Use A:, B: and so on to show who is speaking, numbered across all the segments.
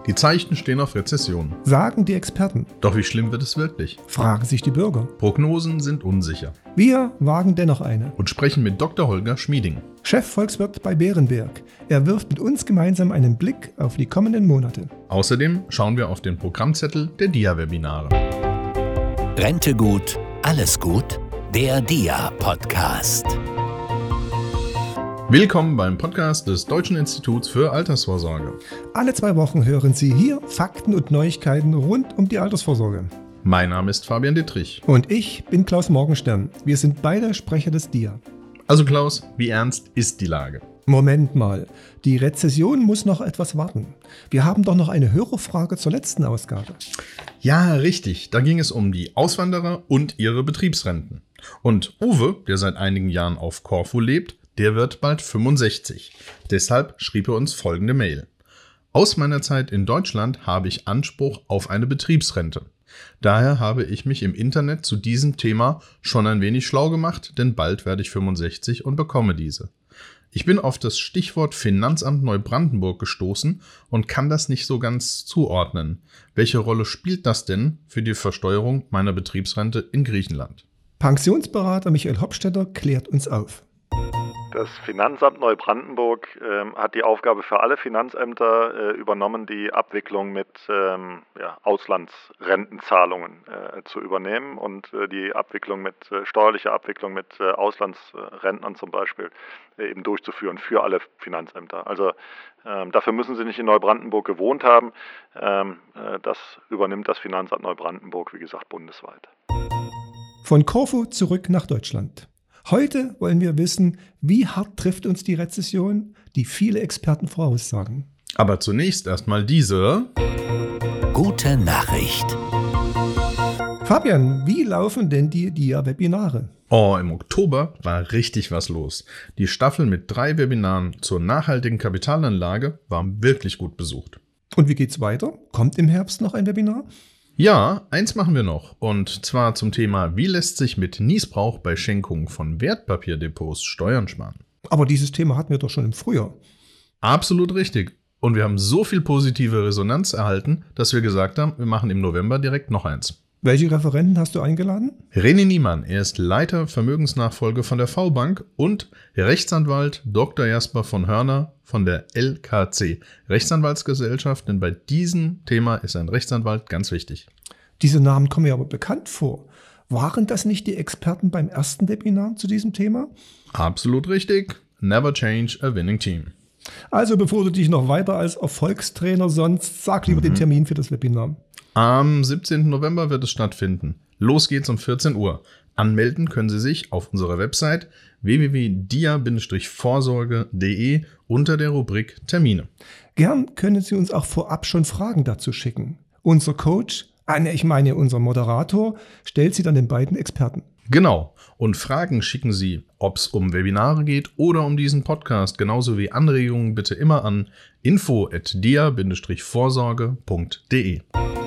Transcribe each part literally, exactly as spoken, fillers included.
A: Die Zeichen stehen auf Rezession.
B: Sagen die Experten.
A: Doch wie schlimm wird es wirklich?
B: Fragen sich die Bürger.
A: Prognosen sind unsicher.
B: Wir wagen dennoch eine.
A: Und sprechen mit Doktor Holger Schmieding,
B: Chefvolkswirt bei Berenberg. Er wirft mit uns gemeinsam einen Blick auf die kommenden Monate.
A: Außerdem schauen wir auf den Programmzettel der D I A-Webinare.
C: Rente gut, alles gut? Der D I A-Podcast.
A: Willkommen beim Podcast des Deutschen Instituts für Altersvorsorge.
B: Alle zwei Wochen hören Sie hier Fakten und Neuigkeiten rund um die Altersvorsorge.
A: Mein Name ist Fabian Dittrich.
B: Und ich bin Klaus Morgenstern. Wir sind beide Sprecher des D I A.
A: Also Klaus, wie ernst ist die Lage?
B: Moment mal, die Rezession muss noch etwas warten. Wir haben doch noch eine Hörerfrage zur letzten Ausgabe.
A: Ja, richtig. Da ging es um die Auswanderer und ihre Betriebsrenten. Und Uwe, der seit einigen Jahren auf Korfu lebt, der wird bald fünfundsechzig. Deshalb schrieb er uns folgende Mail. Aus meiner Zeit in Deutschland habe ich Anspruch auf eine Betriebsrente. Daher habe ich mich im Internet zu diesem Thema schon ein wenig schlau gemacht, denn bald werde ich fünfundsechzig und bekomme diese. Ich bin auf das Stichwort Finanzamt Neubrandenburg gestoßen und kann das nicht so ganz zuordnen. Welche Rolle spielt das denn für die Versteuerung meiner Betriebsrente in Griechenland?
B: Pensionsberater Michael Hopstetter klärt uns auf.
D: Das Finanzamt Neubrandenburg äh, hat die Aufgabe für alle Finanzämter äh, übernommen, die Abwicklung mit ähm, ja, Auslandsrentenzahlungen äh, zu übernehmen und äh, die Abwicklung mit äh, steuerliche Abwicklung mit äh, Auslandsrentnern zum Beispiel äh, eben durchzuführen für alle Finanzämter. Also ähm, dafür müssen Sie nicht in Neubrandenburg gewohnt haben. Ähm, äh, das übernimmt das Finanzamt Neubrandenburg, wie gesagt, bundesweit.
B: Von Korfu zurück nach Deutschland. Heute wollen wir wissen, wie hart trifft uns die Rezession, die viele Experten voraussagen.
A: Aber zunächst erstmal diese
C: Gute Nachricht.
B: Fabian, wie laufen denn die D I A-Webinare?
A: Oh, im Oktober war richtig was los. Die Staffel mit drei Webinaren zur nachhaltigen Kapitalanlage war wirklich gut besucht.
B: Und wie geht's weiter? Kommt im Herbst noch ein Webinar?
A: Ja, eins machen wir noch. Und zwar zum Thema, wie lässt sich mit Nießbrauch bei Schenkungen von Wertpapierdepots Steuern sparen?
B: Aber dieses Thema hatten wir doch schon im Frühjahr.
A: Absolut richtig. Und wir haben so viel positive Resonanz erhalten, dass wir gesagt haben, wir machen im November direkt noch eins.
B: Welche Referenten hast du eingeladen?
A: René Niemann, er ist Leiter Vermögensnachfolge von der V-Bank und Rechtsanwalt Doktor Jasper von Hörner von der L K C, Rechtsanwaltsgesellschaft, denn bei diesem Thema ist ein Rechtsanwalt ganz wichtig.
B: Diese Namen kommen mir aber bekannt vor. Waren das nicht die Experten beim ersten Webinar zu diesem Thema?
A: Absolut richtig. Never change a winning team.
B: Also bevor du dich noch weiter als Erfolgstrainer sonst, sag lieber mhm. den Termin für das Webinar.
A: Am siebzehnten November wird es stattfinden. Los geht's um vierzehn Uhr. Anmelden können Sie sich auf unserer Website w w w punkt d i a vorsorge punkt d e unter der Rubrik Termine.
B: Gern können Sie uns auch vorab schon Fragen dazu schicken. Unser Coach, ah, ne, ich meine unser Moderator, stellt sie dann den beiden Experten.
A: Genau. Und Fragen schicken Sie, ob es um Webinare geht oder um diesen Podcast, genauso wie Anregungen bitte immer an info at d i a vorsorge punkt d e.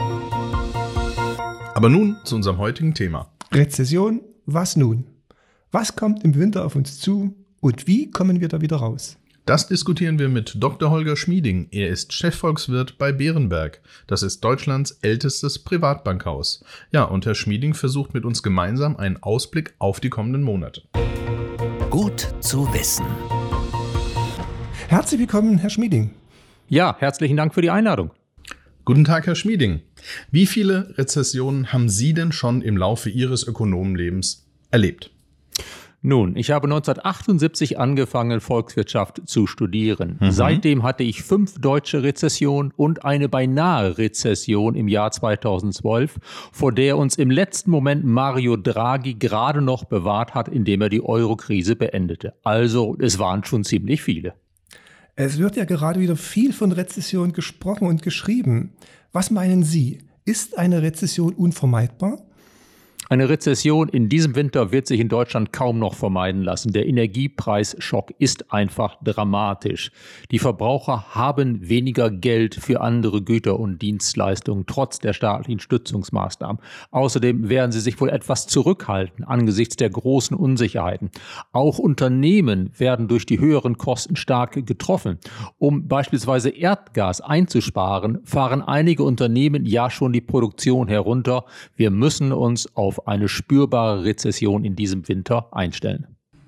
A: Aber nun zu unserem heutigen Thema.
B: Rezession, was nun? Was kommt im Winter auf uns zu und wie kommen wir da wieder raus?
A: Das diskutieren wir mit Doktor Holger Schmieding. Er ist Chefvolkswirt bei Berenberg. Das ist Deutschlands ältestes Privatbankhaus. Ja, und Herr Schmieding versucht mit uns gemeinsam einen Ausblick auf die kommenden Monate.
C: Gut zu wissen.
B: Herzlich willkommen, Herr Schmieding.
E: Ja, herzlichen Dank für die Einladung.
A: Guten Tag, Herr Schmieding. Wie viele Rezessionen haben Sie denn schon im Laufe Ihres Ökonomenlebens erlebt?
E: Nun, ich habe neunzehnhundertachtundsiebzig angefangen, Volkswirtschaft zu studieren. Mhm. Seitdem hatte ich fünf deutsche Rezessionen und eine beinahe Rezession im Jahr zweitausendzwölf, vor der uns im letzten Moment Mario Draghi gerade noch bewahrt hat, indem er die Euro-Krise beendete. Also, es waren schon ziemlich viele.
B: Es wird ja gerade wieder viel von Rezession gesprochen und geschrieben. Was meinen Sie? Ist eine Rezession unvermeidbar?
E: Eine Rezession in diesem Winter wird sich in Deutschland kaum noch vermeiden lassen. Der Energiepreisschock ist einfach dramatisch. Die Verbraucher haben weniger Geld für andere Güter und Dienstleistungen, trotz der staatlichen Stützungsmaßnahmen. Außerdem werden sie sich wohl etwas zurückhalten angesichts der großen Unsicherheiten. Auch Unternehmen werden durch die höheren Kosten stark getroffen. Um beispielsweise Erdgas einzusparen, fahren einige Unternehmen ja schon die Produktion herunter. Wir müssen uns auf eine spürbare Rezession in diesem Winter einstellen.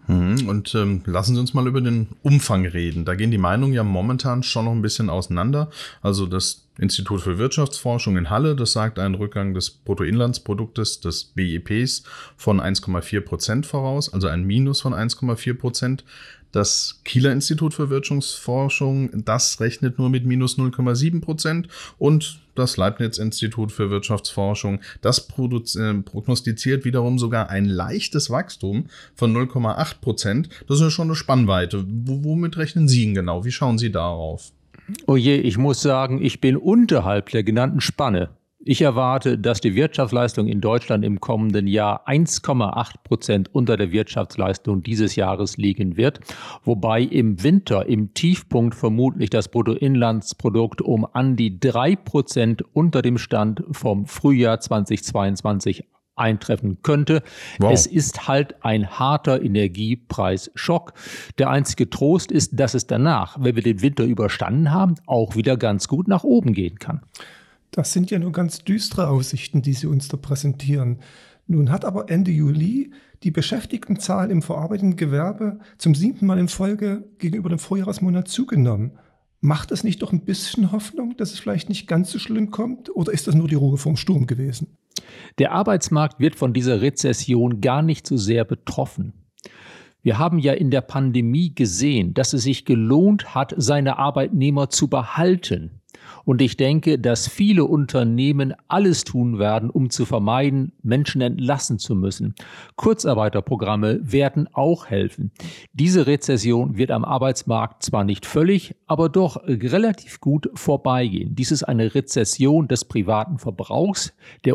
A: Und ähm, lassen Sie uns mal über den Umfang reden. Da gehen die Meinungen ja momentan schon noch ein bisschen auseinander. Also das Institut für Wirtschaftsforschung in Halle, das sagt einen Rückgang des Bruttoinlandsproduktes, des B I Ps, von eins Komma vier Prozent voraus, also ein Minus von eins Komma vier Prozent. Das Kieler Institut für Wirtschaftsforschung, das rechnet nur mit minus null Komma sieben Prozent und das Leibniz-Institut für Wirtschaftsforschung, das prognostiziert wiederum sogar ein leichtes Wachstum von null Komma acht Prozent. Das ist ja schon eine Spannweite. W- womit rechnen Sie denn genau? Wie schauen Sie darauf?
E: Oh je, ich muss sagen, ich bin unterhalb der genannten Spanne. Ich erwarte, dass die Wirtschaftsleistung in Deutschland im kommenden Jahr eins Komma acht Prozent unter der Wirtschaftsleistung dieses Jahres liegen wird, wobei im Winter im Tiefpunkt vermutlich das Bruttoinlandsprodukt um an die drei Prozent unter dem Stand vom Frühjahr zweitausendzweiundzwanzig eintreffen könnte. Wow. Es ist halt ein harter Energiepreisschock. Der einzige Trost ist, dass es danach, wenn wir den Winter überstanden haben, auch wieder ganz gut nach oben gehen kann.
B: Das sind ja nur ganz düstere Aussichten, die Sie uns da präsentieren. Nun hat aber Ende Juli die Beschäftigtenzahl im verarbeitenden Gewerbe zum siebten Mal in Folge gegenüber dem Vorjahresmonat zugenommen. Macht es nicht doch ein bisschen Hoffnung, dass es vielleicht nicht ganz so schlimm kommt? Oder ist das nur die Ruhe vom Sturm gewesen?
E: Der Arbeitsmarkt wird von dieser Rezession gar nicht so sehr betroffen. Wir haben ja in der Pandemie gesehen, dass es sich gelohnt hat, seine Arbeitnehmer zu behalten. Und ich denke, dass viele Unternehmen alles tun werden, um zu vermeiden, Menschen entlassen zu müssen. Kurzarbeiterprogramme werden auch helfen. Diese Rezession wird am Arbeitsmarkt zwar nicht völlig, aber doch relativ gut vorbeigehen. Dies ist eine Rezession des privaten Verbrauchs, der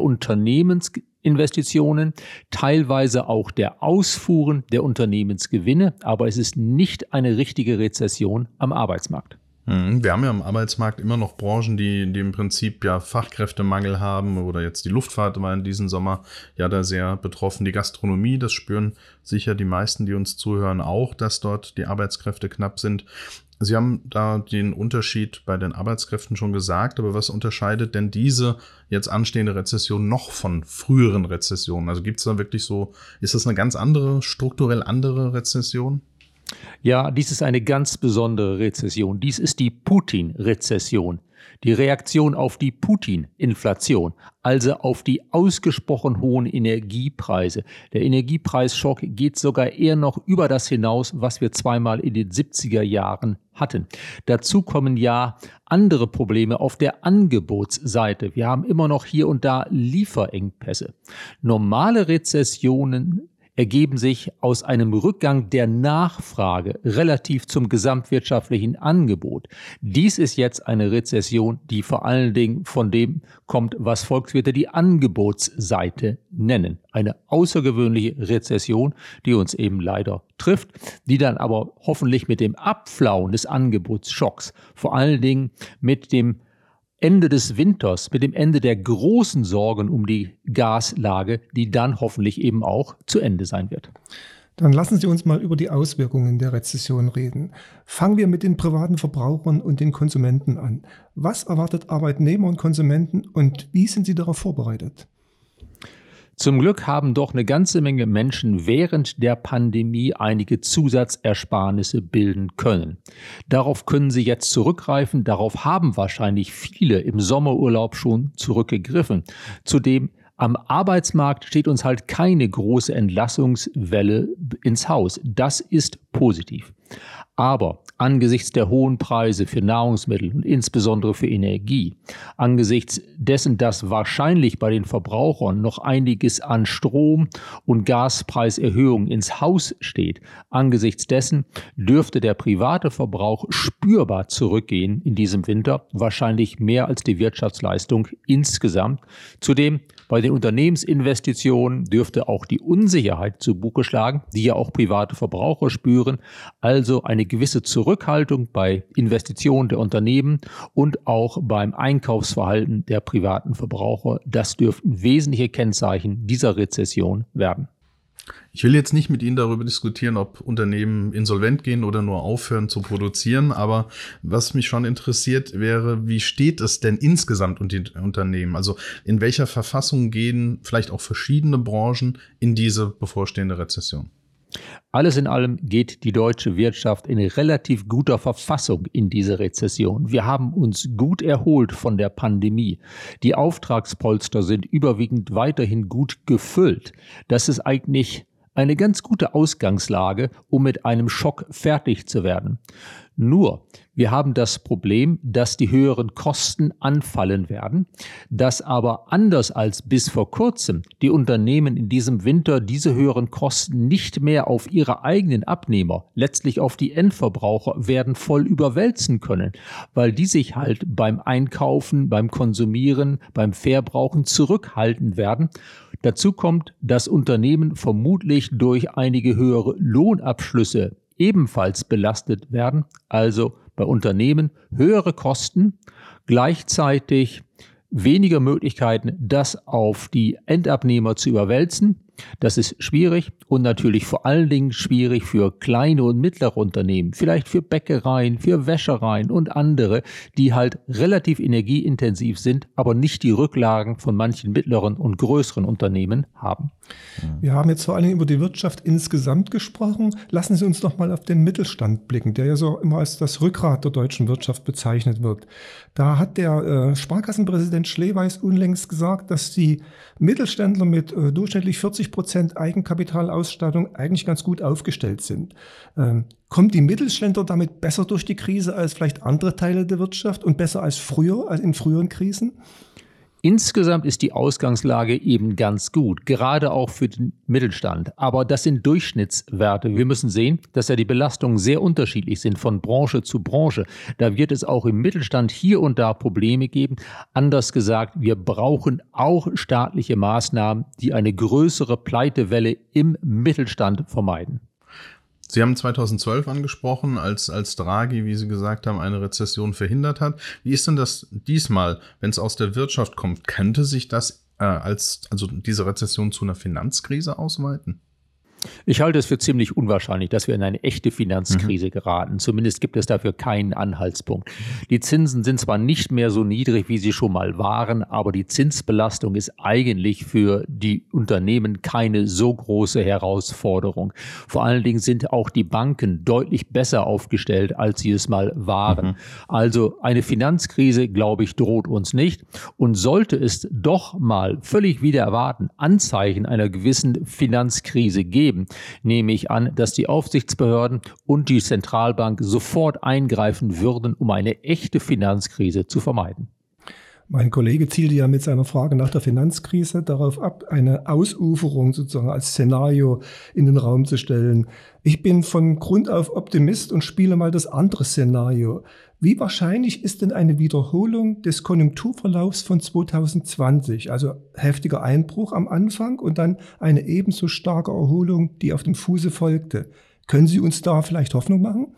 E: Unternehmensinvestitionen, teilweise auch der Ausfuhren der Unternehmensgewinne, aber es ist nicht eine richtige Rezession am Arbeitsmarkt.
A: Wir haben ja am Arbeitsmarkt immer noch Branchen, die, die im Prinzip ja Fachkräftemangel haben, oder jetzt die Luftfahrt war in diesem Sommer ja da sehr betroffen. Die Gastronomie, das spüren sicher die meisten, die uns zuhören, auch, dass dort die Arbeitskräfte knapp sind. Sie haben da den Unterschied bei den Arbeitskräften schon gesagt, aber was unterscheidet denn diese jetzt anstehende Rezession noch von früheren Rezessionen? Also gibt es da wirklich so, ist das eine ganz andere, strukturell andere Rezession?
E: Ja, dies ist eine ganz besondere Rezession. Dies ist die Putin-Rezession. Die Reaktion auf die Putin-Inflation, also auf die ausgesprochen hohen Energiepreise. Der Energiepreisschock geht sogar eher noch über das hinaus, was wir zweimal in den siebziger Jahren hatten. Dazu kommen ja andere Probleme auf der Angebotsseite. Wir haben immer noch hier und da Lieferengpässe. Normale Rezessionen ergeben sich aus einem Rückgang der Nachfrage relativ zum gesamtwirtschaftlichen Angebot. Dies ist jetzt eine Rezession, die vor allen Dingen von dem kommt, was Volkswirte die Angebotsseite nennen. Eine außergewöhnliche Rezession, die uns eben leider trifft, die dann aber hoffentlich mit dem Abflauen des Angebotsschocks, vor allen Dingen mit dem Ende des Winters, mit dem Ende der großen Sorgen um die Gaslage, die dann hoffentlich eben auch zu Ende sein wird.
B: Dann lassen Sie uns mal über die Auswirkungen der Rezession reden. Fangen wir mit den privaten Verbrauchern und den Konsumenten an. Was erwartet Arbeitnehmer und Konsumenten und wie sind sie darauf vorbereitet?
E: Zum Glück haben doch eine ganze Menge Menschen während der Pandemie einige Zusatzersparnisse bilden können. Darauf können sie jetzt zurückgreifen, darauf haben wahrscheinlich viele im Sommerurlaub schon zurückgegriffen. Zudem am Arbeitsmarkt steht uns halt keine große Entlassungswelle ins Haus. Das ist positiv. Aber angesichts der hohen Preise für Nahrungsmittel und insbesondere für Energie, angesichts dessen, dass wahrscheinlich bei den Verbrauchern noch einiges an Strom- und Gaspreiserhöhungen ins Haus steht, angesichts dessen dürfte der private Verbrauch spürbar zurückgehen in diesem Winter, wahrscheinlich mehr als die Wirtschaftsleistung insgesamt. Zudem bei den Unternehmensinvestitionen dürfte auch die Unsicherheit zu Buche schlagen, die ja auch private Verbraucher spüren, also eine gewisse Zurückhaltung bei Investitionen der Unternehmen und auch beim Einkaufsverhalten der privaten Verbraucher. Das dürften wesentliche Kennzeichen dieser Rezession werden.
A: Ich will jetzt nicht mit Ihnen darüber diskutieren, ob Unternehmen insolvent gehen oder nur aufhören zu produzieren, aber was mich schon interessiert wäre, wie steht es denn insgesamt um die Unternehmen? Also in welcher Verfassung gehen vielleicht auch verschiedene Branchen in diese bevorstehende Rezession?
E: Alles in allem geht die deutsche Wirtschaft in relativ guter Verfassung in diese Rezession. Wir haben uns gut erholt von der Pandemie. Die Auftragspolster sind überwiegend weiterhin gut gefüllt. Das ist eigentlich eine ganz gute Ausgangslage, um mit einem Schock fertig zu werden. Nur, wir haben das Problem, dass die höheren Kosten anfallen werden, dass aber anders als bis vor kurzem die Unternehmen in diesem Winter diese höheren Kosten nicht mehr auf ihre eigenen Abnehmer, letztlich auf die Endverbraucher, werden voll überwälzen können, weil die sich halt beim Einkaufen, beim Konsumieren, beim Verbrauchen zurückhalten werden. Dazu kommt, dass Unternehmen vermutlich durch einige höhere Lohnabschlüsse ebenfalls belastet werden, also bei Unternehmen höhere Kosten, gleichzeitig weniger Möglichkeiten, das auf die Endabnehmer zu überwälzen. Das ist schwierig und natürlich vor allen Dingen schwierig für kleine und mittlere Unternehmen, vielleicht für Bäckereien, für Wäschereien und andere, die halt relativ energieintensiv sind, aber nicht die Rücklagen von manchen mittleren und größeren Unternehmen haben.
B: Wir haben jetzt vor allem über die Wirtschaft insgesamt gesprochen. Lassen Sie uns noch mal auf den Mittelstand blicken, der ja so immer als das Rückgrat der deutschen Wirtschaft bezeichnet wird. Da hat der äh, Sparkassenpräsident Schleweis unlängst gesagt, dass die Mittelständler mit äh, durchschnittlich vierzig Prozent Eigenkapitalausstattung eigentlich ganz gut aufgestellt sind. Ähm, kommen die Mittelständler damit besser durch die Krise als vielleicht andere Teile der Wirtschaft und besser als früher, als in früheren Krisen?
E: Insgesamt ist die Ausgangslage eben ganz gut, gerade auch für den Mittelstand. Aber das sind Durchschnittswerte. Wir müssen sehen, dass ja die Belastungen sehr unterschiedlich sind von Branche zu Branche. Da wird es auch im Mittelstand hier und da Probleme geben. Anders gesagt, wir brauchen auch staatliche Maßnahmen, die eine größere Pleitewelle im Mittelstand vermeiden.
A: Sie haben zweitausendzwölf angesprochen, als, als Draghi, wie Sie gesagt haben, eine Rezession verhindert hat. Wie ist denn das diesmal, wenn es aus der Wirtschaft kommt? Könnte sich das äh, als, also diese Rezession zu einer Finanzkrise ausweiten?
E: Ich halte es für ziemlich unwahrscheinlich, dass wir in eine echte Finanzkrise
A: mhm.
E: geraten. Zumindest gibt es dafür keinen Anhaltspunkt. Die Zinsen sind zwar nicht mehr so niedrig, wie sie schon mal waren, aber die Zinsbelastung ist eigentlich für die Unternehmen keine so große Herausforderung. Vor allen Dingen sind auch die Banken deutlich besser aufgestellt, als sie es mal waren. Mhm. Also eine Finanzkrise, glaube ich, droht uns nicht. Und sollte es doch mal völlig wider Erwarten Anzeichen einer gewissen Finanzkrise geben, nehme ich an, dass die Aufsichtsbehörden und die Zentralbank sofort eingreifen würden, um eine echte Finanzkrise zu vermeiden.
B: Mein Kollege zielte ja mit seiner Frage nach der Finanzkrise darauf ab, eine Ausuferung sozusagen als Szenario in den Raum zu stellen. Ich bin von Grund auf Optimist und spiele mal das andere Szenario. Wie wahrscheinlich ist denn eine Wiederholung des Konjunkturverlaufs von zweitausendzwanzig, also heftiger Einbruch am Anfang und dann eine ebenso starke Erholung, die auf dem Fuße folgte? Können Sie uns da vielleicht Hoffnung machen?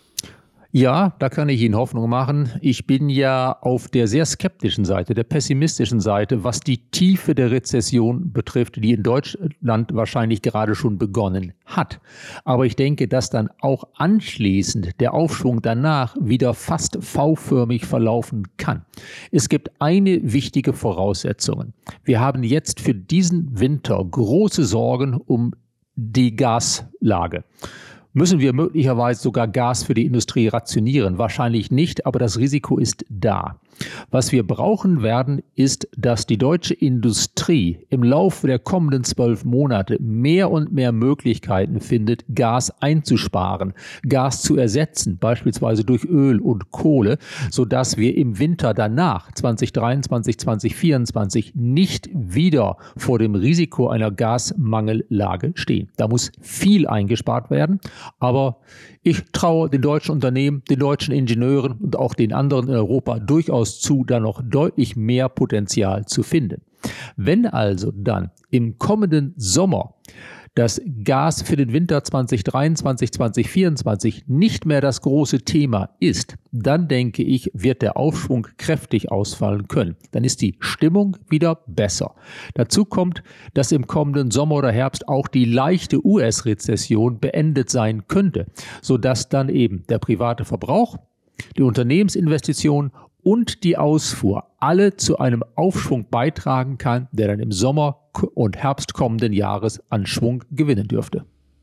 E: Ja, da kann ich Ihnen Hoffnung machen. Ich bin ja auf der sehr skeptischen Seite, der pessimistischen Seite, was die Tiefe der Rezession betrifft, die in Deutschland wahrscheinlich gerade schon begonnen hat. Aber ich denke, dass dann auch anschließend der Aufschwung danach wieder fast V-förmig verlaufen kann. Es gibt eine wichtige Voraussetzung. Wir haben jetzt für diesen Winter große Sorgen um die Gaslage. müssen wir möglicherweise sogar Gas für die Industrie rationieren. Wahrscheinlich nicht, aber das Risiko ist da. Was wir brauchen werden, ist, dass die deutsche Industrie im Laufe der kommenden zwölf Monate mehr und mehr Möglichkeiten findet, Gas einzusparen, Gas zu ersetzen, beispielsweise durch Öl und Kohle, sodass wir im Winter danach, zwanzig dreiundzwanzig, zwanzig vierundzwanzig, nicht wieder vor dem Risiko einer Gasmangellage stehen. Da muss viel eingespart werden, aber ich traue den deutschen Unternehmen, den deutschen Ingenieuren und auch den anderen in Europa durchaus zu, da noch deutlich mehr Potenzial zu finden. Wenn also dann im kommenden Sommer das Gas für den Winter zwanzig dreiundzwanzig, zwanzig vierundzwanzig nicht mehr das große Thema ist, dann denke ich, wird der Aufschwung kräftig ausfallen können. Dann ist die Stimmung wieder besser. Dazu kommt, dass im kommenden Sommer oder Herbst auch die leichte U S-Rezession beendet sein könnte, sodass dann eben der private Verbrauch, die Unternehmensinvestitionen und die Ausfuhr alle zu einem Aufschwung beitragen kann, der dann im Sommer und Herbst kommenden Jahres an Schwung gewinnen dürfte.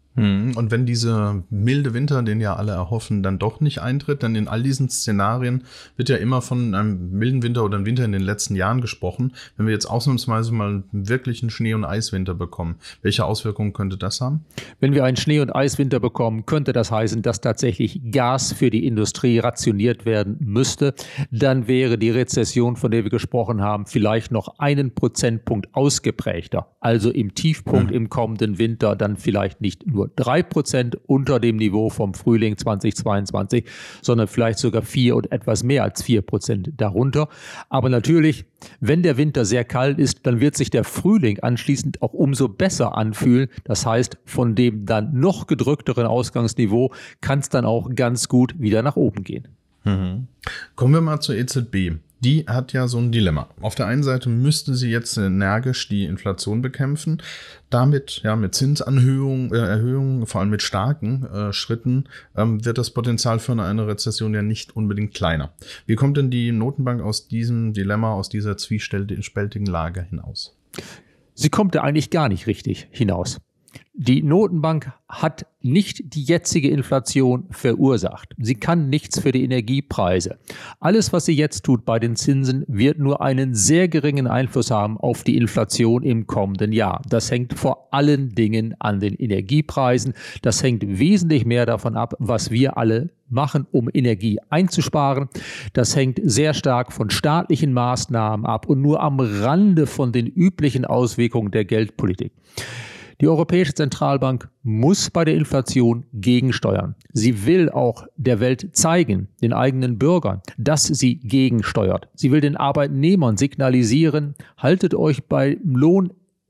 A: Und wenn dieser milde Winter, den ja alle erhoffen, dann doch nicht eintritt, dann in all diesen Szenarien wird ja immer von einem milden Winter oder einem Winter in den letzten Jahren gesprochen. Wenn wir jetzt ausnahmsweise mal wirklich einen Schnee- und Eiswinter bekommen, welche Auswirkungen könnte das haben?
E: Wenn wir einen Schnee- und Eiswinter bekommen, könnte das heißen, dass tatsächlich Gas für die Industrie rationiert werden müsste. Dann wäre die Rezession, von der wir gesprochen haben, vielleicht noch einen Prozentpunkt ausgeprägter. Also im Tiefpunkt mhm. im kommenden Winter dann vielleicht nicht nur drei Prozent unter dem Niveau vom Frühling zweitausendzweiundzwanzig, sondern vielleicht sogar vier und etwas mehr als vier Prozent darunter. Aber natürlich, wenn der Winter sehr kalt ist, dann wird sich der Frühling anschließend auch umso besser anfühlen. Das heißt, von dem dann noch gedrückteren Ausgangsniveau kann es dann auch ganz gut wieder nach oben gehen.
A: Mhm. Kommen wir mal zur E Z B. Die hat ja so ein Dilemma. Auf der einen Seite müsste sie jetzt energisch die Inflation bekämpfen. Damit, ja, mit Zinsanhöhungen, äh, Erhöhungen, vor allem mit starken äh, Schritten, ähm, wird das Potenzial für eine Rezession ja nicht unbedingt kleiner. Wie kommt denn die Notenbank aus diesem Dilemma, aus dieser zwiespältigen Lage hinaus?
E: Sie kommt da eigentlich gar nicht richtig hinaus. Die Notenbank hat nicht die jetzige Inflation verursacht. Sie kann nichts für die Energiepreise. Alles, was sie jetzt tut bei den Zinsen, wird nur einen sehr geringen Einfluss haben auf die Inflation im kommenden Jahr. Das hängt vor allen Dingen an den Energiepreisen. Das hängt wesentlich mehr davon ab, was wir alle machen, um Energie einzusparen. Das hängt sehr stark von staatlichen Maßnahmen ab und nur am Rande von den üblichen Auswirkungen der Geldpolitik. Die Europäische Zentralbank muss bei der Inflation gegensteuern. Sie will auch der Welt zeigen, den eigenen Bürgern, dass sie gegensteuert. Sie will den Arbeitnehmern signalisieren, haltet euch beim Lohn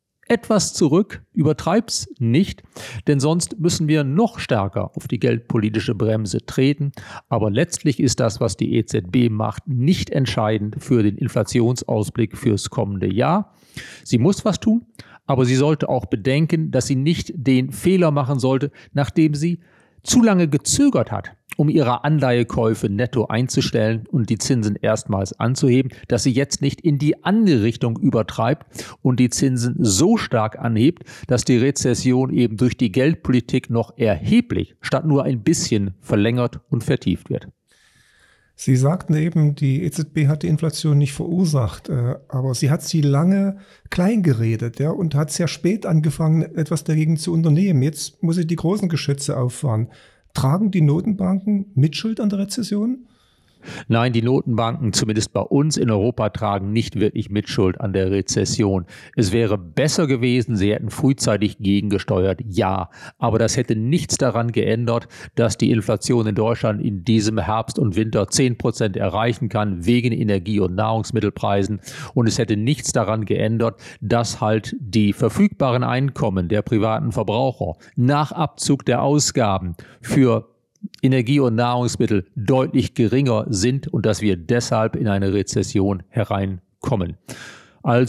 E: etwas zurück, übertreibt's nicht, denn sonst müssen wir noch stärker auf die geldpolitische Bremse treten. Aber letztlich ist das, was die E Z B macht, nicht entscheidend für den Inflationsausblick fürs kommende Jahr. Sie muss was tun, aber sie sollte auch bedenken, dass sie nicht den Fehler machen sollte, nachdem sie zu lange gezögert hat, um ihre Anleihekäufe netto einzustellen und die Zinsen erstmals anzuheben, dass sie jetzt nicht in die andere Richtung übertreibt und die Zinsen so stark anhebt, dass die Rezession eben durch die Geldpolitik noch erheblich statt nur ein bisschen verlängert und vertieft wird.
B: Sie sagten eben, die E Z B hat die Inflation nicht verursacht, aber sie hat sie lange klein geredet, ja, und hat sehr spät angefangen, etwas dagegen zu unternehmen. Jetzt muss sie die großen Geschütze auffahren. Tragen die Notenbanken Mitschuld an der Rezession?
E: Nein, die Notenbanken, zumindest bei uns in Europa, tragen nicht wirklich Mitschuld an der Rezession. Es wäre besser gewesen, sie hätten frühzeitig gegengesteuert, ja. Aber das hätte nichts daran geändert, dass die Inflation in Deutschland in diesem Herbst und Winter zehn Prozent erreichen kann, wegen Energie- und Nahrungsmittelpreisen. Und es hätte nichts daran geändert, dass halt die verfügbaren Einkommen der privaten Verbraucher nach Abzug der Ausgaben für Energie und Nahrungsmittel deutlich geringer sind und dass wir deshalb in eine Rezession hereinkommen. Also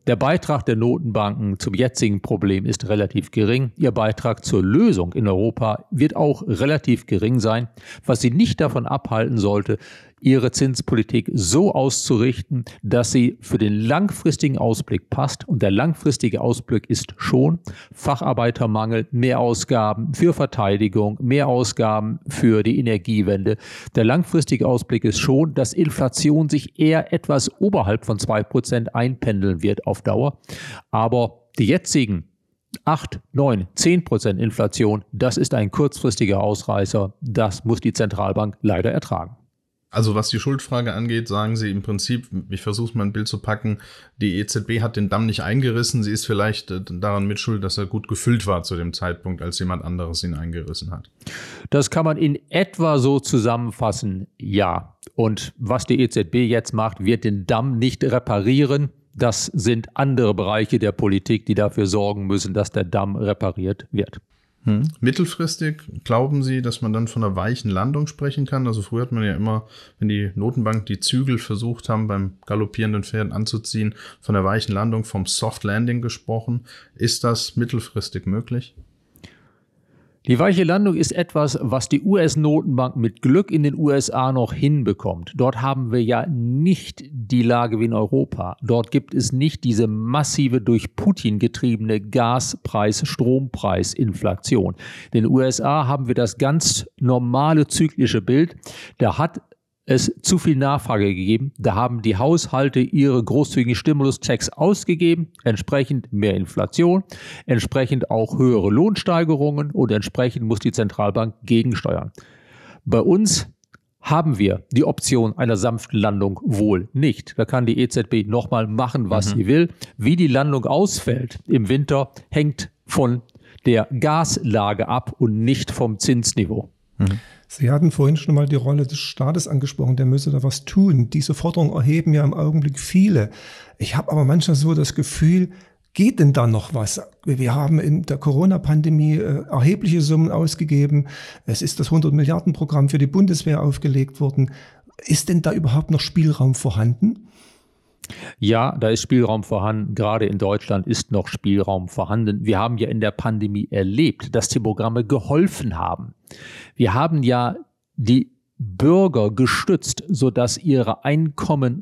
E: Der Beitrag der Notenbanken zum jetzigen Problem ist relativ gering. Ihr Beitrag zur Lösung in Europa wird auch relativ gering sein, was sie nicht davon abhalten sollte, ihre Zinspolitik so auszurichten, dass sie für den langfristigen Ausblick passt. Und der langfristige Ausblick ist schon Facharbeitermangel, mehr Ausgaben für Verteidigung, mehr Ausgaben für die Energiewende. Der langfristige Ausblick ist schon, dass Inflation sich eher etwas oberhalb von zwei Prozent einpendeln wird auf Dauer. Aber die jetzigen acht, neun, zehn Prozent Inflation, das ist ein kurzfristiger Ausreißer. Das muss die Zentralbank leider ertragen.
A: Also was die Schuldfrage angeht, sagen Sie im Prinzip, ich versuche es mal ein Bild zu packen, die E Z B hat den Damm nicht eingerissen, sie ist vielleicht daran mitschuld, dass er gut gefüllt war zu dem Zeitpunkt, als jemand anderes ihn eingerissen hat.
E: Das kann man in etwa so zusammenfassen, ja. Und was die E Z B jetzt macht, wird den Damm nicht reparieren. Das sind andere Bereiche der Politik, die dafür sorgen müssen, dass der Damm repariert wird.
A: Hm. Mittelfristig glauben Sie, dass man dann von einer weichen Landung sprechen kann? Also früher hat man ja immer, wenn die Notenbank die Zügel versucht haben, beim galoppierenden Pferd anzuziehen, von der weichen Landung, vom Soft Landing gesprochen. Ist das mittelfristig möglich?
E: Die weiche Landung ist etwas, was die U S-Notenbank mit Glück in den U S A noch hinbekommt. Dort haben wir ja nicht die Lage wie in Europa. Dort gibt es nicht diese massive, durch Putin getriebene Gaspreis-, Strompreisinflation. In den U S A haben wir das ganz normale zyklische Bild. Da hat es zu viel Nachfrage gegeben. Da haben die Haushalte ihre großzügigen Stimuluschecks ausgegeben, entsprechend mehr Inflation, entsprechend auch höhere Lohnsteigerungen und entsprechend muss die Zentralbank gegensteuern. Bei uns haben wir die Option einer sanften Landung wohl nicht. Da kann die E Z B nochmal machen, was mhm. sie will. Wie die Landung ausfällt im Winter, hängt von der Gaslage ab und nicht vom Zinsniveau.
A: Mhm.
B: Sie hatten vorhin schon mal die Rolle des Staates angesprochen, der müsse da was tun. Diese Forderung erheben ja im Augenblick viele. Ich habe aber manchmal so das Gefühl, geht denn da noch was? Wir haben in der Corona-Pandemie äh, erhebliche Summen ausgegeben. Es ist das hundert Milliarden Programm für die Bundeswehr aufgelegt worden. Ist denn da überhaupt noch Spielraum vorhanden?
E: Ja, da ist Spielraum vorhanden. Gerade in Deutschland ist noch Spielraum vorhanden. Wir haben ja in der Pandemie erlebt, dass die Programme geholfen haben. Wir haben ja die Bürger gestützt, sodass ihre Einkommen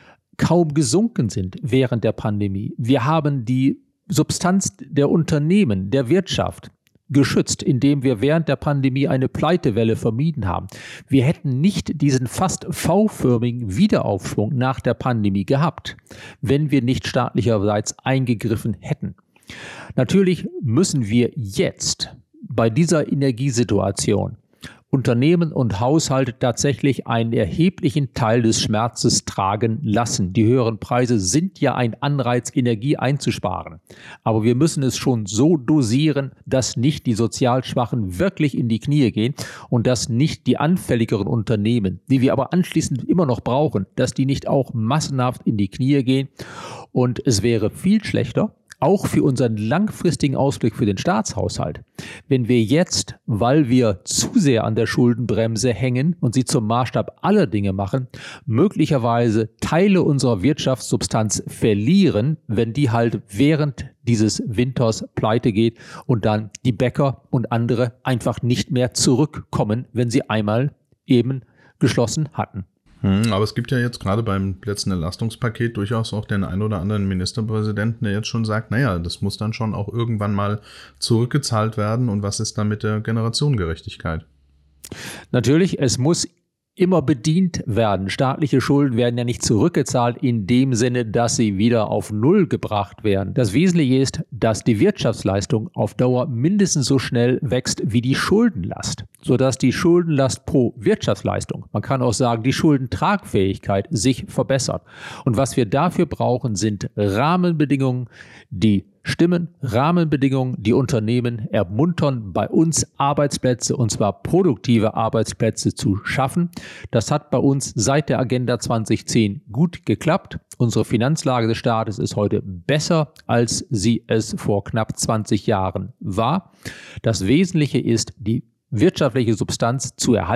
E: kaum gesunken sind während der Pandemie. Wir haben die Substanz der Unternehmen, der Wirtschaft geschützt, indem wir während der Pandemie eine Pleitewelle vermieden haben. Wir hätten nicht diesen fast V-förmigen Wiederaufschwung nach der Pandemie gehabt, wenn wir nicht staatlicherseits eingegriffen hätten. Natürlich müssen wir jetzt bei dieser Energiesituation Unternehmen und Haushalte tatsächlich einen erheblichen Teil des Schmerzes tragen lassen. Die höheren Preise sind ja ein Anreiz, Energie einzusparen. Aber wir müssen es schon so dosieren, dass nicht die sozial Schwachen wirklich in die Knie gehen und dass nicht die anfälligeren Unternehmen, die wir aber anschließend immer noch brauchen, dass die nicht auch massenhaft in die Knie gehen. Und es wäre viel schlechter, auch für unseren langfristigen Ausblick für den Staatshaushalt, wenn wir jetzt, weil wir zu sehr an der Schuldenbremse hängen und sie zum Maßstab aller Dinge machen, möglicherweise Teile unserer Wirtschaftssubstanz verlieren, wenn die halt während dieses Winters pleite geht und dann die Bäcker und andere einfach nicht mehr zurückkommen, wenn sie einmal eben geschlossen hatten.
A: Hm, aber es gibt ja jetzt gerade beim letzten Entlastungspaket durchaus auch den ein oder anderen Ministerpräsidenten, der jetzt schon sagt, naja, das muss dann schon auch irgendwann mal zurückgezahlt werden. Und was ist dann mit der Generationengerechtigkeit?
E: Natürlich, es muss immer bedient werden. Staatliche Schulden werden ja nicht zurückgezahlt in dem Sinne, dass sie wieder auf Null gebracht werden. Das Wesentliche ist, dass die Wirtschaftsleistung auf Dauer mindestens so schnell wächst wie die Schuldenlast, sodass die Schuldenlast pro Wirtschaftsleistung, man kann auch sagen, die Schuldentragfähigkeit sich verbessert. Und was wir dafür brauchen, sind Rahmenbedingungen, die stimmen, Rahmenbedingungen, die Unternehmen ermuntern, bei uns Arbeitsplätze, und zwar produktive Arbeitsplätze zu schaffen. Das hat bei uns seit der Agenda zwanzig zehn gut geklappt. Unsere Finanzlage des Staates ist heute besser, als sie es vor knapp zwanzig Jahren war. Das Wesentliche ist, die wirtschaftliche Substanz zu erhalten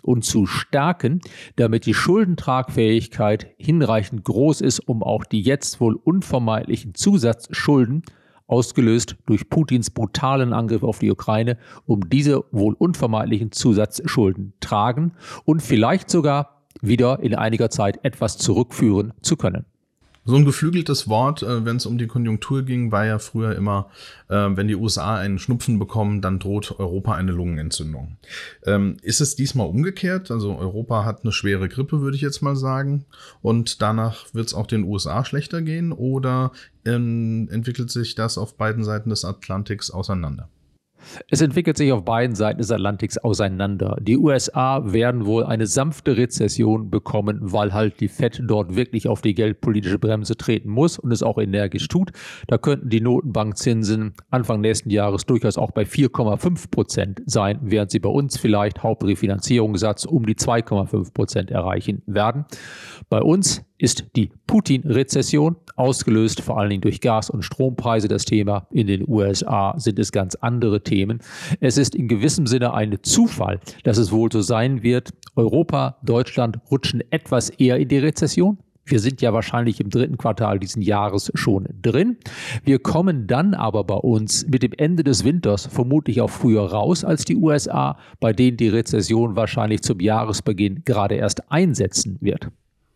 E: und zu stärken, damit die Schuldentragfähigkeit hinreichend groß ist, um auch die jetzt wohl unvermeidlichen Zusatzschulden, ausgelöst durch Putins brutalen Angriff auf die Ukraine, um diese wohl unvermeidlichen Zusatzschulden tragen und vielleicht sogar wieder in einiger Zeit etwas zurückführen zu können.
A: So ein geflügeltes Wort, äh, wenn es um die Konjunktur ging, war ja früher immer, äh, wenn die U S A einen Schnupfen bekommen, dann droht Europa eine Lungenentzündung. Ähm, ist es diesmal umgekehrt? Also Europa hat eine schwere Grippe, würde ich jetzt mal sagen. Und danach wird es auch den U S A schlechter gehen? Oder ähm, entwickelt sich das auf beiden Seiten des Atlantiks auseinander?
E: Es entwickelt sich auf beiden Seiten des Atlantiks auseinander. Die U S A werden wohl eine sanfte Rezession bekommen, weil halt die Fed dort wirklich auf die geldpolitische Bremse treten muss und es auch energisch tut. Da könnten die Notenbankzinsen Anfang nächsten Jahres durchaus auch bei vier Komma fünf Prozent sein, während sie bei uns vielleicht Hauptrefinanzierungssatz um die zwei Komma fünf Prozent erreichen werden. Bei uns ist die Putin-Rezession, ausgelöst vor allen Dingen durch Gas- und Strompreise, das Thema. In den U S A sind es ganz andere Themen. Es ist in gewissem Sinne ein Zufall, dass es wohl so sein wird, Europa, Deutschland rutschen etwas eher in die Rezession. Wir sind ja wahrscheinlich im dritten Quartal diesen Jahres schon drin. Wir kommen dann aber bei uns mit dem Ende des Winters vermutlich auch früher raus als die U S A, bei denen die Rezession wahrscheinlich zum Jahresbeginn gerade erst einsetzen wird.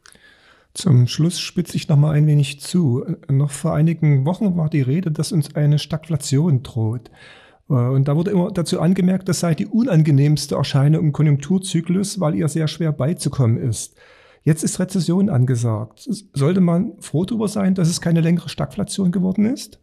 B: Zum Schluss spitze ich noch mal ein wenig zu. Noch vor einigen Wochen war die Rede, dass uns eine Stagflation droht. Und da wurde immer dazu angemerkt, das sei die unangenehmste Erscheinung im Konjunkturzyklus, weil ihr sehr schwer beizukommen ist. Jetzt ist Rezession angesagt. Sollte man froh darüber sein, dass es keine längere Stagflation geworden ist?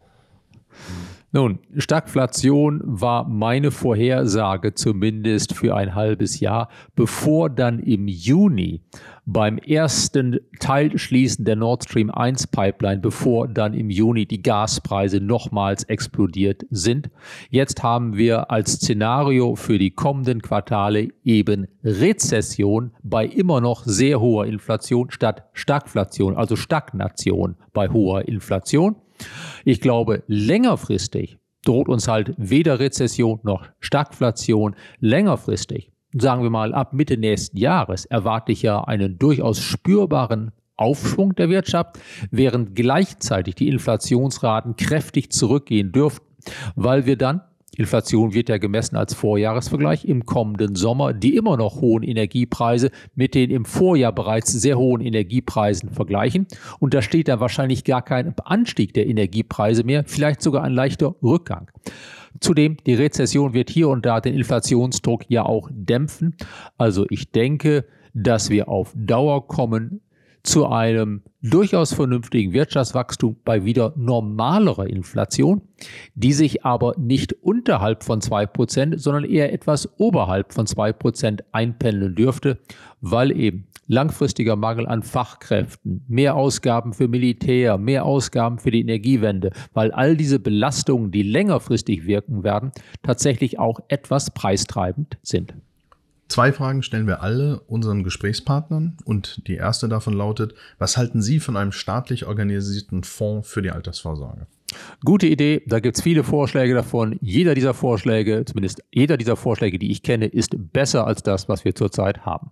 E: Nun, Stagflation war meine Vorhersage zumindest für ein halbes Jahr, bevor dann im Juni beim ersten Teilschließen der Nord Stream eins Pipeline, bevor dann im Juni die Gaspreise nochmals explodiert sind. Jetzt haben wir als Szenario für die kommenden Quartale eben Rezession bei immer noch sehr hoher Inflation statt Stagflation, also Stagnation bei hoher Inflation. Ich glaube, längerfristig droht uns halt weder Rezession noch Stagflation. Längerfristig, sagen wir mal ab Mitte nächsten Jahres, erwarte ich ja einen durchaus spürbaren Aufschwung der Wirtschaft, während gleichzeitig die Inflationsraten kräftig zurückgehen dürften, weil wir dann, Inflation wird ja gemessen als Vorjahresvergleich, im kommenden Sommer die immer noch hohen Energiepreise mit den im Vorjahr bereits sehr hohen Energiepreisen vergleichen. Und da steht dann wahrscheinlich gar kein Anstieg der Energiepreise mehr, vielleicht sogar ein leichter Rückgang. Zudem, die Rezession wird hier und da den Inflationsdruck ja auch dämpfen. Also ich denke, dass wir auf Dauer kommen zu einem durchaus vernünftigen Wirtschaftswachstum bei wieder normalerer Inflation, die sich aber nicht unterhalb von zwei Prozent, sondern eher etwas oberhalb von zwei Prozent einpendeln dürfte, weil eben langfristiger Mangel an Fachkräften, mehr Ausgaben für Militär, mehr Ausgaben für die Energiewende, weil all diese Belastungen, die längerfristig wirken werden, tatsächlich auch etwas preistreibend sind.
A: Zwei Fragen stellen wir alle unseren Gesprächspartnern und die erste davon lautet, was halten Sie von einem staatlich organisierten Fonds für die Altersvorsorge?
E: Gute Idee, da gibt es viele Vorschläge davon. Jeder dieser Vorschläge, zumindest jeder dieser Vorschläge, die ich kenne, ist besser als das, was wir zurzeit haben.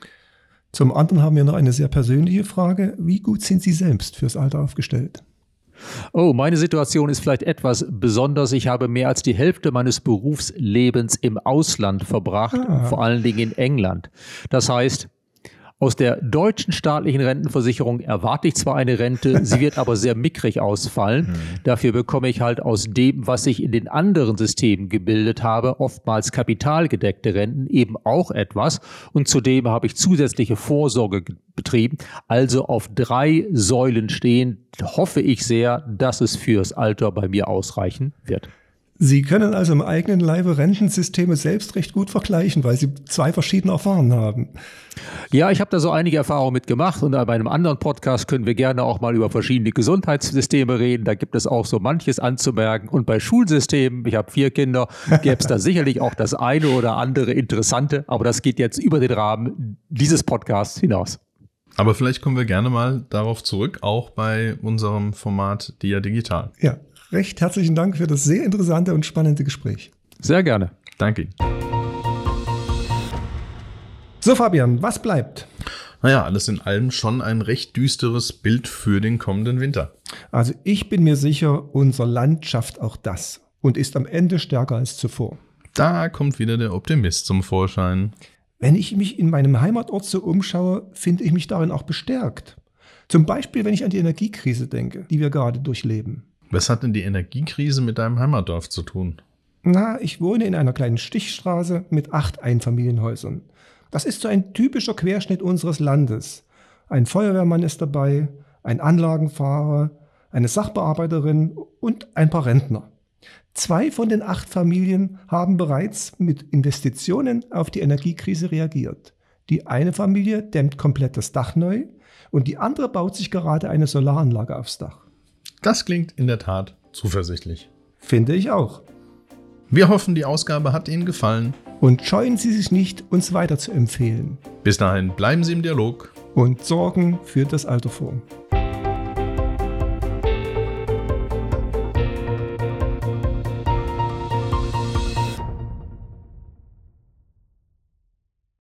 B: Zum anderen haben wir noch eine sehr persönliche Frage. Wie gut sind Sie selbst fürs Alter aufgestellt?
E: Oh, meine Situation ist vielleicht etwas besonders. Ich habe mehr als die Hälfte meines Berufslebens im Ausland verbracht, ah. vor allen Dingen in England. Das heißt, aus der deutschen staatlichen Rentenversicherung erwarte ich zwar eine Rente, sie wird aber sehr mickrig ausfallen. Hm. Dafür bekomme ich halt aus dem, was ich in den anderen Systemen gebildet habe, oftmals kapitalgedeckte Renten, eben auch etwas. Und zudem habe ich zusätzliche Vorsorge betrieben. Also auf drei Säulen stehen, hoffe ich sehr, dass es fürs Alter bei mir ausreichen wird.
B: Sie können also im eigenen Leibe Rentensysteme selbst recht gut vergleichen, weil Sie zwei verschiedene Erfahrungen haben.
E: Ja, ich habe da so einige Erfahrungen mitgemacht und bei einem anderen Podcast können wir gerne auch mal über verschiedene Gesundheitssysteme reden. Da gibt es auch so manches anzumerken. Und bei Schulsystemen, ich habe vier Kinder, gäbe es da sicherlich auch das eine oder andere Interessante. Aber das geht jetzt über den Rahmen dieses Podcasts hinaus.
A: Aber vielleicht kommen wir gerne mal darauf zurück, auch bei unserem Format Dia Digital.
B: Ja. Recht herzlichen Dank für das sehr interessante und spannende Gespräch.
E: Sehr gerne.
A: Danke Ihnen.
B: So, Fabian, was bleibt?
A: Naja, alles in allem schon ein recht düsteres Bild für den kommenden Winter.
B: Also ich bin mir sicher, unser Land schafft auch das und ist am Ende stärker als zuvor.
A: Da kommt wieder der Optimist zum Vorschein.
B: Wenn ich mich in meinem Heimatort so umschaue, finde ich mich darin auch bestärkt. Zum Beispiel, wenn ich an die Energiekrise denke, die wir gerade durchleben.
A: Was hat denn die Energiekrise mit deinem Heimatdorf zu tun?
B: Na, ich wohne in einer kleinen Stichstraße mit acht Einfamilienhäusern. Das ist so ein typischer Querschnitt unseres Landes. Ein Feuerwehrmann ist dabei, ein Anlagenfahrer, eine Sachbearbeiterin und ein paar Rentner. Zwei von den acht Familien haben bereits mit Investitionen auf die Energiekrise reagiert. Die eine Familie dämmt komplett das Dach neu und die andere baut sich gerade eine Solaranlage aufs Dach.
A: Das klingt in der Tat zuversichtlich.
B: Finde ich auch.
A: Wir hoffen, die Ausgabe hat Ihnen gefallen.
B: Und scheuen Sie sich nicht, uns weiter zu empfehlen.
A: Bis dahin bleiben Sie im Dialog
B: Und sorgen für das Alter vor.